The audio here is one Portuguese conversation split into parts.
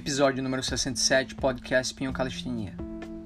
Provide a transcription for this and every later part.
Episódio número 67, podcast Pinho Calistenia.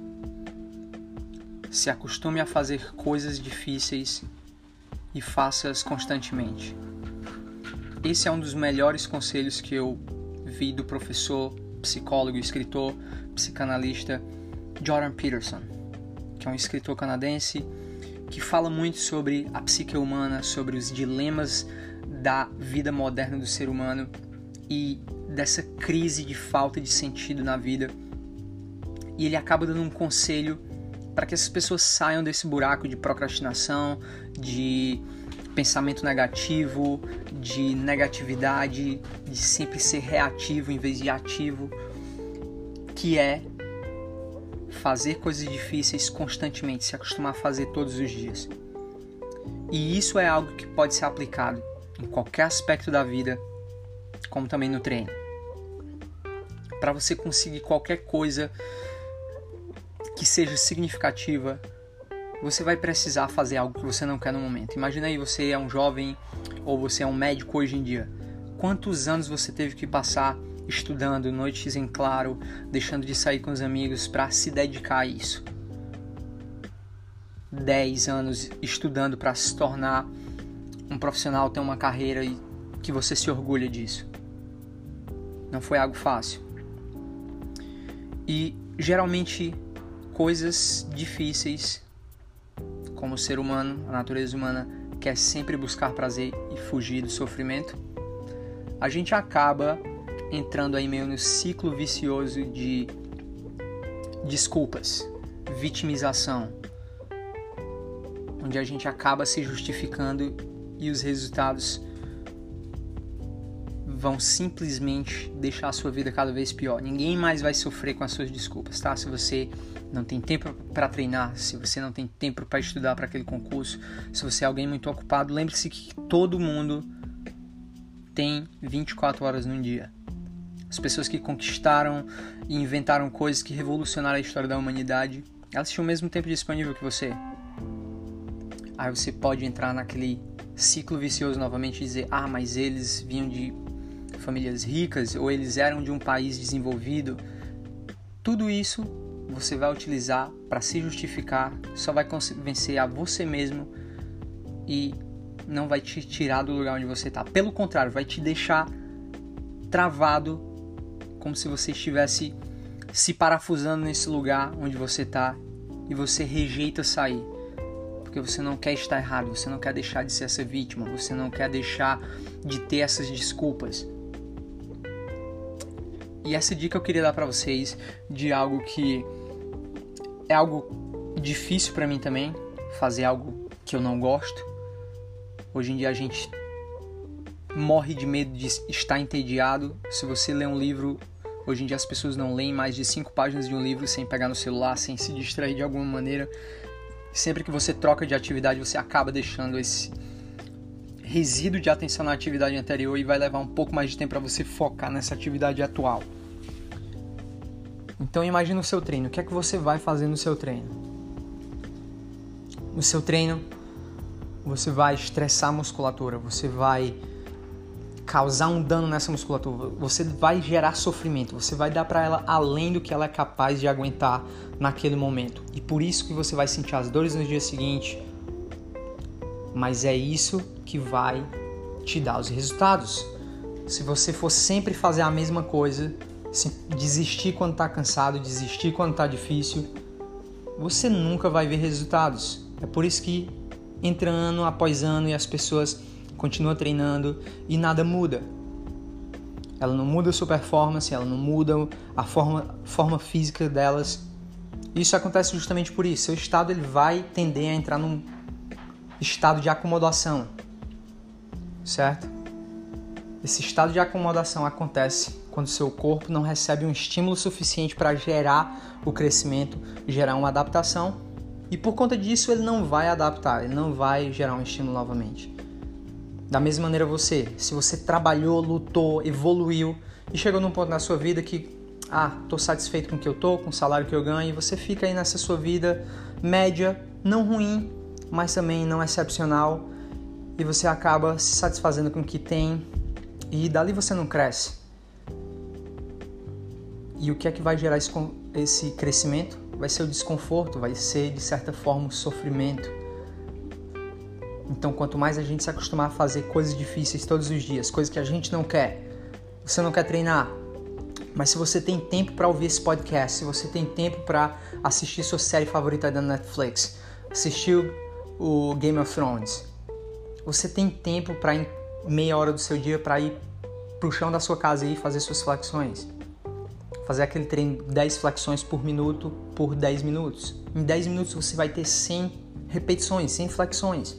Se acostume a fazer coisas difíceis e faça-as constantemente. Esse é um dos melhores conselhos que eu vi do professor, psicólogo, escritor, psicanalista Jordan Peterson, que é um escritor canadense que fala muito sobre a psique humana, sobre os dilemas da vida moderna do ser humano e dessa crise de falta de sentido na vida. E ele acaba dando um conselho para que essas pessoas saiam desse buraco de procrastinação, de pensamento negativo, de negatividade, de sempre ser reativo em vez de ativo, que é fazer coisas difíceis constantemente, se acostumar a fazer todos os dias. E isso é algo que pode ser aplicado em qualquer aspecto da vida, como também no treino. Para você conseguir qualquer coisa que seja significativa, você vai precisar fazer algo que você não quer no momento. Imagina aí, você é um jovem ou você é um médico hoje em dia. Quantos anos você teve que passar estudando, noites em claro, deixando de sair com os amigos para se dedicar a isso? 10 anos estudando para se tornar um profissional, ter uma carreira e que você se orgulha disso. Não foi algo fácil. E geralmente coisas difíceis, como o ser humano, a natureza humana quer sempre buscar prazer e fugir do sofrimento, a gente acaba entrando aí meio no ciclo vicioso de desculpas, vitimização, onde a gente acaba se justificando e os resultados vão simplesmente deixar a sua vida cada vez pior. Ninguém mais vai sofrer com as suas desculpas, tá? Se você não tem tempo para treinar, se você não tem tempo para estudar para aquele concurso, se você é alguém muito ocupado, lembre-se que todo mundo tem 24 horas num dia. As pessoas que conquistaram e inventaram coisas que revolucionaram a história da humanidade, elas tinham o mesmo tempo disponível que você. Aí você pode entrar naquele ciclo vicioso novamente e dizer: mas eles vinham de famílias ricas, ou eles eram de um país desenvolvido. Tudo isso você vai utilizar para se justificar, só vai convencer a você mesmo e não vai te tirar do lugar onde você está. Pelo contrário, vai te deixar travado, como se você estivesse se parafusando nesse lugar onde você está e você rejeita sair. Porque você não quer estar errado, você não quer deixar de ser essa vítima, você não quer deixar de ter essas desculpas. E essa dica eu queria dar para vocês de algo que é algo difícil para mim também, fazer algo que eu não gosto. Hoje em dia a gente morre de medo de estar entediado. Se você lê um livro, hoje em dia as pessoas não leem mais de 5 páginas de um livro sem pegar no celular, sem se distrair de alguma maneira. Sempre que você troca de atividade, você acaba deixando esse resíduo de atenção na atividade anterior e vai levar um pouco mais de tempo para você focar nessa atividade atual. Então imagina o seu treino. O que é que você vai fazer no seu treino? No seu treino, você vai estressar a musculatura, você vai causar um dano nessa musculatura, você vai gerar sofrimento, você vai dar para ela além do que ela é capaz de aguentar naquele momento. E por isso que você vai sentir as dores no dia seguinte. Mas é isso que vai te dar os resultados. Se você for sempre fazer a mesma coisa, desistir quando está cansado, desistir quando está difícil, você nunca vai ver resultados. É por isso que entra ano após ano e as pessoas continuam treinando e nada muda. Ela não muda a sua performance, ela não muda a forma física delas. Isso acontece justamente por isso. Seu estado ele vai tender a entrar num estado de acomodação, certo? Esse estado de acomodação acontece quando seu corpo não recebe um estímulo suficiente para gerar o crescimento, gerar uma adaptação, e por conta disso ele não vai adaptar, ele não vai gerar um estímulo novamente. Da mesma maneira se você trabalhou, lutou, evoluiu e chegou num ponto na sua vida que tô satisfeito com o que eu tô, com o salário que eu ganho, e você fica aí nessa sua vida média, não ruim, mas também não excepcional, e você acaba se satisfazendo com o que tem e dali você não cresce. E o que é que vai gerar esse crescimento? Vai ser o desconforto, vai ser, de certa forma, o sofrimento. Então, quanto mais a gente se acostumar a fazer coisas difíceis todos os dias, coisas que a gente não quer, você não quer treinar, mas se você tem tempo para ouvir esse podcast, se você tem tempo para assistir sua série favorita da Netflix, assistir o Game of Thrones, você tem tempo para meia hora do seu dia para ir pro chão da sua casa e fazer suas flexões. Fazer aquele treino 10 flexões por minuto por 10 minutos. Em 10 minutos você vai ter 100 repetições, 100 flexões.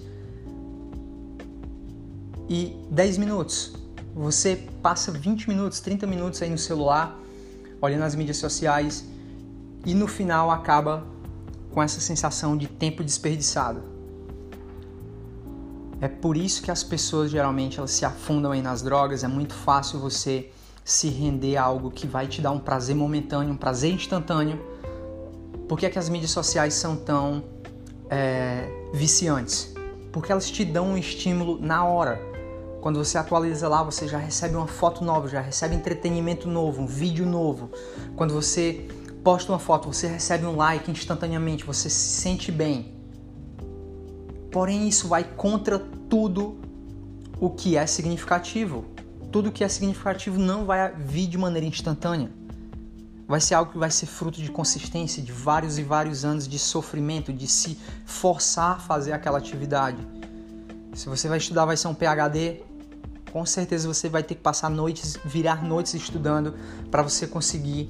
E 10 minutos, você passa 20 minutos, 30 minutos aí no celular, olhando as mídias sociais e no final acaba com essa sensação de tempo desperdiçado. É por isso que as pessoas geralmente elas se afundam aí nas drogas. É muito fácil você se render a algo que vai te dar um prazer momentâneo, um prazer instantâneo. Por que é que as mídias sociais são tão viciantes? Porque elas te dão um estímulo na hora. Quando você atualiza lá, você já recebe uma foto nova, já recebe entretenimento novo, um vídeo novo. Quando você posta uma foto, você recebe um like instantaneamente, você se sente bem. Porém, isso vai contra tudo o que é significativo. Tudo que é significativo não vai vir de maneira instantânea. Vai ser algo que vai ser fruto de consistência, de vários e vários anos de sofrimento, de se forçar a fazer aquela atividade. Se você vai estudar, vai ser um PhD, com certeza você vai ter que passar noites, virar noites estudando para você conseguir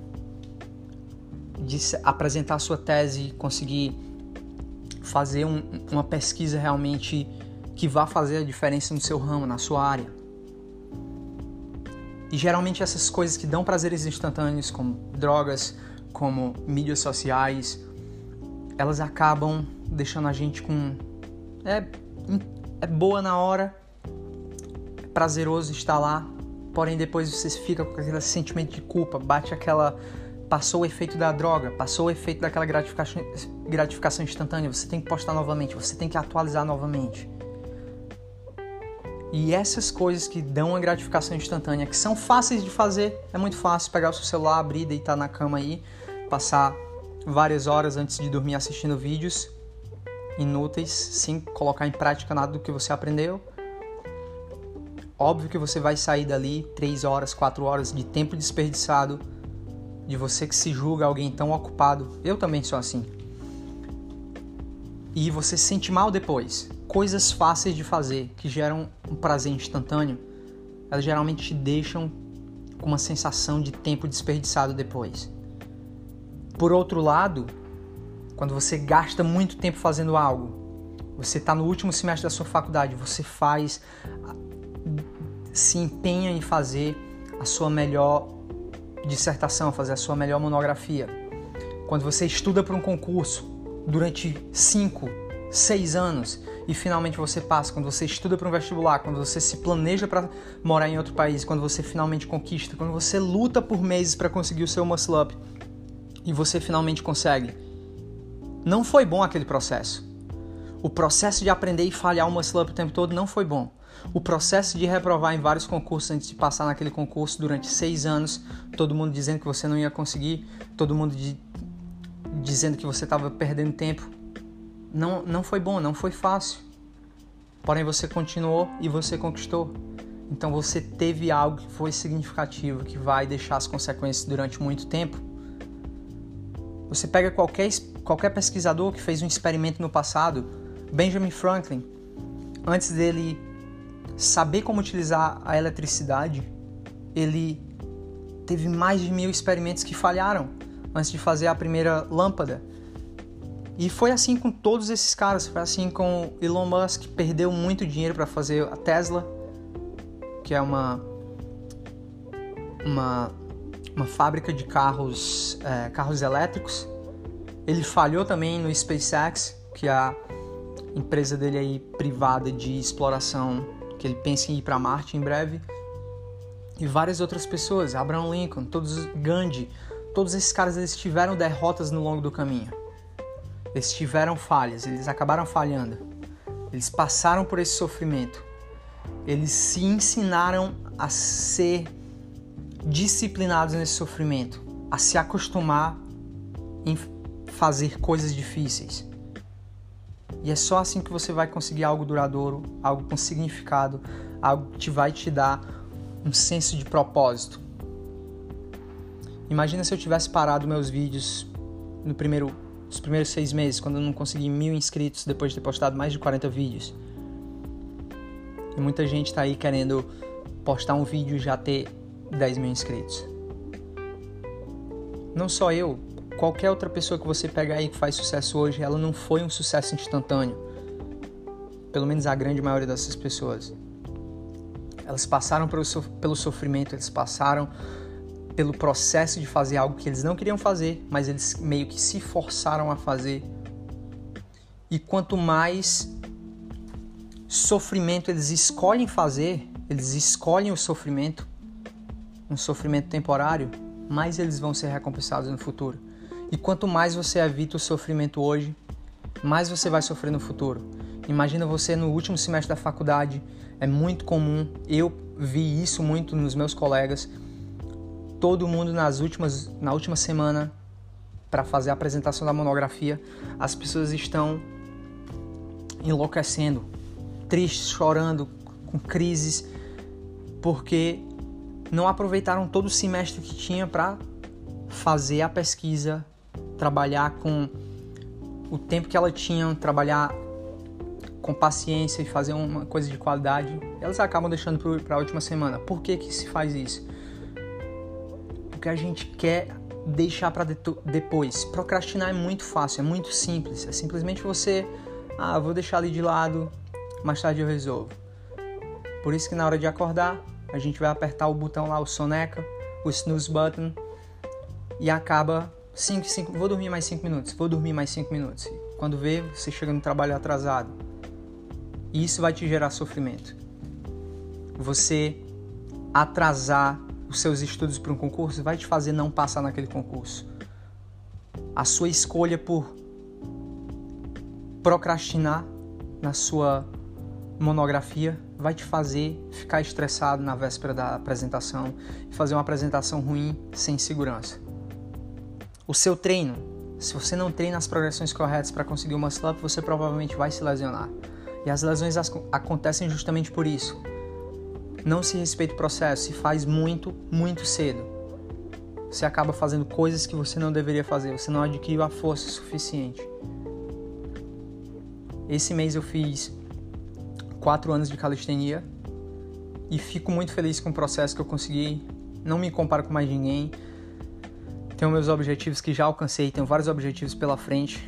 apresentar a sua tese, conseguir fazer uma pesquisa realmente que vá fazer a diferença no seu ramo, na sua área. E geralmente essas coisas que dão prazeres instantâneos, como drogas, como mídias sociais, elas acabam deixando a gente com... É boa na hora, é prazeroso estar lá, porém depois você fica com aquele sentimento de culpa, passou o efeito da droga, passou o efeito daquela gratificação instantânea, você tem que postar novamente, você tem que atualizar novamente. E essas coisas que dão a gratificação instantânea, que são fáceis de fazer, é muito fácil pegar o seu celular, abrir, deitar na cama aí, passar várias horas antes de dormir assistindo vídeos inúteis, sem colocar em prática nada do que você aprendeu. Óbvio que você vai sair dali 3 horas, 4 horas de tempo desperdiçado, de você que se julga alguém tão ocupado. Eu também sou assim. E você se sente mal depois. Coisas fáceis de fazer, que geram um prazer instantâneo, elas geralmente te deixam com uma sensação de tempo desperdiçado depois. Por outro lado, quando você gasta muito tempo fazendo algo, você está no último semestre da sua faculdade, você se empenha em fazer a sua melhor dissertação, fazer a sua melhor monografia. Quando você estuda para um concurso durante 5, 6 anos e finalmente você passa, quando você estuda para um vestibular, quando você se planeja para morar em outro país, quando você finalmente conquista, quando você luta por meses para conseguir o seu muscle up e você finalmente consegue. Não foi bom aquele processo. O processo de aprender e falhar o muscle up o tempo todo não foi bom. O processo de reprovar em vários concursos antes de passar naquele concurso durante 6 anos, todo mundo dizendo que você não ia conseguir, todo mundo dizendo que você estava perdendo tempo, não foi bom, não foi fácil. Porém você continuou e você conquistou. Então você teve algo que foi significativo, que vai deixar as consequências durante muito tempo. Você pega qualquer pesquisador que fez um experimento no passado, Benjamin Franklin, antes dele saber como utilizar a eletricidade, ele teve mais de 1000 experimentos que falharam antes de fazer a primeira lâmpada. E foi assim com todos esses caras, foi assim com Elon Musk, que perdeu muito dinheiro para fazer a Tesla, que é uma fábrica de carros elétricos. Ele falhou também no SpaceX, que é a empresa dele aí privada de exploração, que ele pensa em ir para Marte em breve. E várias outras pessoas, Abraham Lincoln, Gandhi, todos esses caras, eles tiveram derrotas no longo do caminho. Eles tiveram falhas, eles acabaram falhando. Eles passaram por esse sofrimento. Eles se ensinaram a ser disciplinados nesse sofrimento, a se acostumar em fazer coisas difíceis. E é só assim que você vai conseguir algo duradouro, algo com significado, algo que vai te dar um senso de propósito. Imagina se eu tivesse parado meus vídeos nos primeiros 6 meses, quando eu não consegui 1.000 inscritos depois de ter postado mais de 40 vídeos. E muita gente está aí querendo postar um vídeo e já ter 10.000 inscritos. Não só eu, qualquer outra pessoa que você pegar aí que faz sucesso hoje, ela não foi um sucesso instantâneo. Pelo menos a grande maioria dessas pessoas. Elas passaram pelo sofrimento, eles passaram pelo processo de fazer algo que eles não queriam fazer, mas eles meio que se forçaram a fazer. E quanto mais sofrimento eles escolhem fazer, eles escolhem o sofrimento, um sofrimento temporário, mais eles vão ser recompensados no futuro. E quanto mais você evita o sofrimento hoje, mais você vai sofrer no futuro. Imagina você no último semestre da faculdade, é muito comum, eu vi isso muito nos meus colegas, todo mundo na última semana, para fazer a apresentação da monografia, as pessoas estão enlouquecendo, tristes, chorando, com crises, porque não aproveitaram todo o semestre que tinha para fazer a pesquisa, trabalhar com o tempo que ela tinha, trabalhar com paciência e fazer uma coisa de qualidade. Elas acabam deixando para a última semana. Por que se faz isso? Porque a gente quer deixar para depois. Procrastinar é muito fácil, é muito simples. É simplesmente você, vou deixar ali de lado, mais tarde eu resolvo. Por isso que na hora de acordar, a gente vai apertar o botão lá, o soneca, o snooze button, e acaba 5, vou dormir mais 5 minutos, vou dormir mais 5 minutos. Quando vê, você chega no trabalho atrasado. E isso vai te gerar sofrimento. Você atrasar os seus estudos para um concurso vai te fazer não passar naquele concurso. A sua escolha por procrastinar na sua monografia vai te fazer ficar estressado na véspera da apresentação e fazer uma apresentação ruim sem segurança. O seu treino, se você não treina as progressões corretas para conseguir o muscle up, você provavelmente vai se lesionar. E as lesões acontecem justamente por isso. Não se respeita o processo, se faz muito, muito cedo. Você acaba fazendo coisas que você não deveria fazer, você não adquiriu a força suficiente. Esse mês eu fiz 4 anos de calistenia e fico muito feliz com o processo que eu consegui. Não me comparo com mais ninguém. Tenho meus objetivos que já alcancei, tenho vários objetivos pela frente.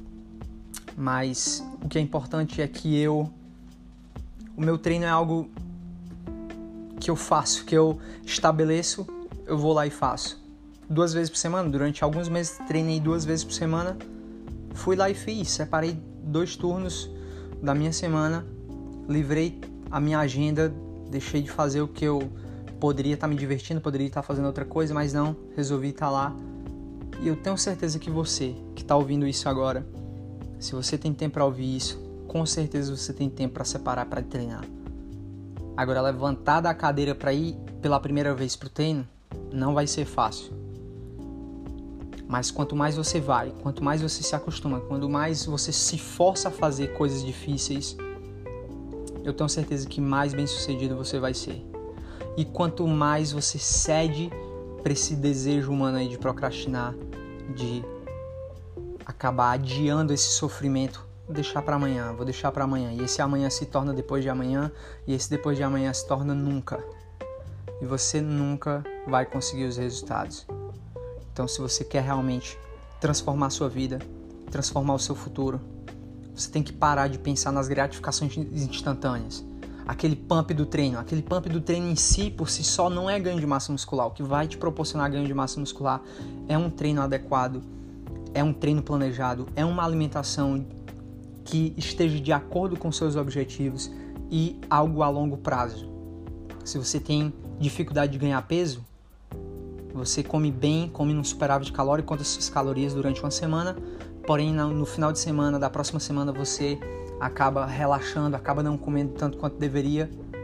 Mas o que é importante é que o meu treino é algo que eu faço, que eu estabeleço, eu vou lá e faço. 2 vezes por semana, durante alguns meses treinei 2 vezes por semana, fui lá e fiz, separei 2 turnos da minha semana, livrei a minha agenda, deixei de fazer o que eu poderia estar me divertindo, poderia estar fazendo outra coisa, mas não, resolvi estar lá. E eu tenho certeza que você, que está ouvindo isso agora, se você tem tempo para ouvir isso, com certeza você tem tempo para separar para treinar. Agora, levantar da cadeira para ir pela primeira vez pro treino não vai ser fácil. Mas quanto mais você vai, quanto mais você se acostuma, quanto mais você se força a fazer coisas difíceis, eu tenho certeza que mais bem sucedido você vai ser. E quanto mais você cede para esse desejo humano aí de procrastinar, de acabar adiando esse sofrimento, vou deixar para amanhã, e esse amanhã se torna depois de amanhã, e esse depois de amanhã se torna nunca. E você nunca vai conseguir os resultados. Então, se você quer realmente transformar a sua vida, transformar o seu futuro, você tem que parar de pensar nas gratificações instantâneas. Aquele pump do treino em si, por si só, não é ganho de massa muscular. O que vai te proporcionar ganho de massa muscular é um treino adequado, é um treino planejado, é uma alimentação que esteja de acordo com seus objetivos e algo a longo prazo. Se você tem dificuldade de ganhar peso, você come bem, come num superávit calórico, conta suas calorias durante uma semana, porém no final de semana, da próxima semana, você acaba relaxando, acaba não comendo tanto quanto deveria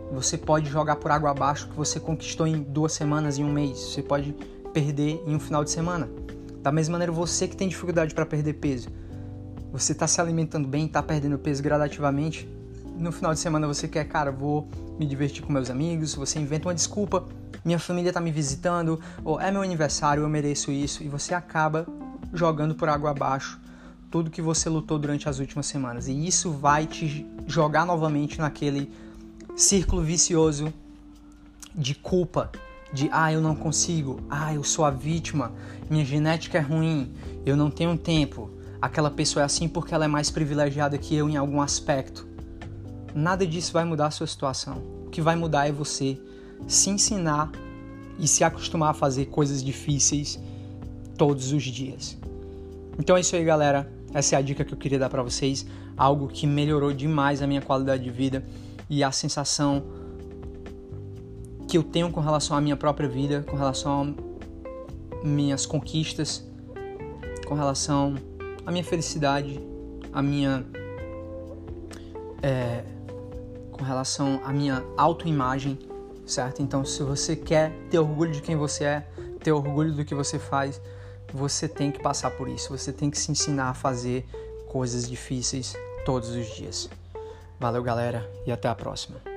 Você pode jogar por água abaixo o que você conquistou em 2 semanas, em um mês. Você pode perder em um final de semana. Da mesma maneira, você que tem dificuldade para perder peso, você está se alimentando bem, está perdendo peso gradativamente, no final de semana você quer, cara, vou me divertir com meus amigos, você inventa uma desculpa, minha família está me visitando, ou é meu aniversário, eu mereço isso, e você acaba jogando por água abaixo tudo que você lutou durante as últimas semanas. E isso vai te jogar novamente naquele círculo vicioso de culpa, de eu não consigo, eu sou a vítima, minha genética é ruim, eu não tenho tempo, aquela pessoa é assim porque ela é mais privilegiada que eu em algum aspecto. Nada disso vai mudar a sua situação. O que vai mudar é você se ensinar e se acostumar a fazer coisas difíceis todos os dias. Então é isso aí, galera. Essa é a dica que eu queria dar pra vocês. Algo que melhorou demais a minha qualidade de vida e a sensação que eu tenho com relação à minha própria vida, com relação a minhas conquistas, com relação à minha felicidade, com relação à minha autoimagem, certo? Então, se você quer ter orgulho de quem você é, ter orgulho do que você faz, você tem que passar por isso. Você tem que se ensinar a fazer coisas difíceis todos os dias. Valeu, galera, e até a próxima.